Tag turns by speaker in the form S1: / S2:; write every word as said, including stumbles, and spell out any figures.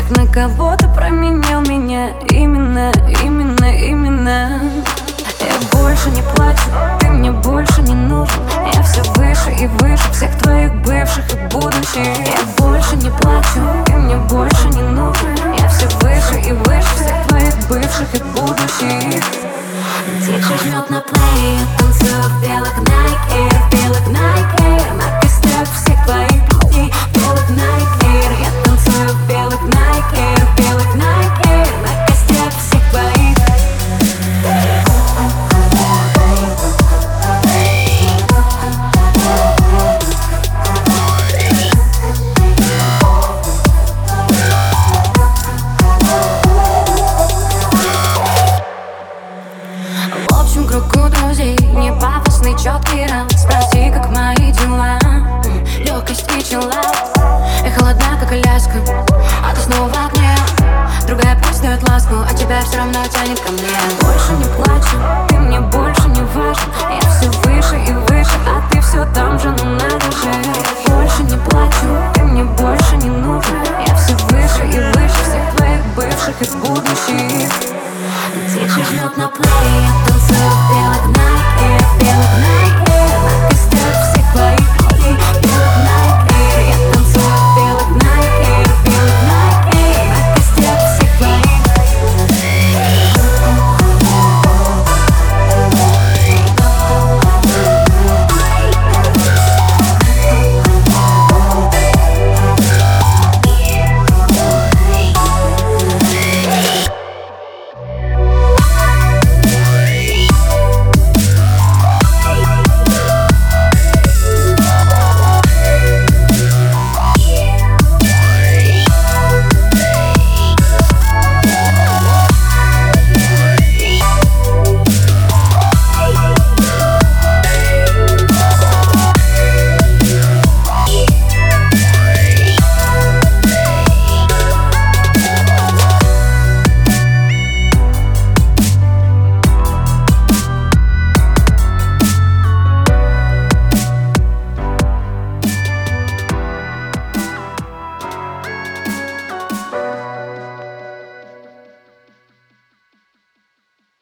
S1: как на кого-то променял меня. Именно, именно, именно. Я больше не плачу, ты мне больше не нужен. Я все выше и выше всех твоих бывших и будущих. Я больше не плачу, ты мне больше не нужен. Я все выше и выше всех твоих бывших и будущих.
S2: Диджей жмет на плей, я танцую в белых Nike Air, в белых Nike Air, на костях всех твоих путей. В белых Nike Air, я танцую в белых Nike Air, в белых Nike Air, на костях всех твоих.
S1: В общем кругу друзей, не пафосный четкий раунд. Спроси, как мои дела, легкость и чела. Я холодна, как Аляска, а ты снова в огне. Другая пусть дает ласку, а тебя все равно тянет ко мне.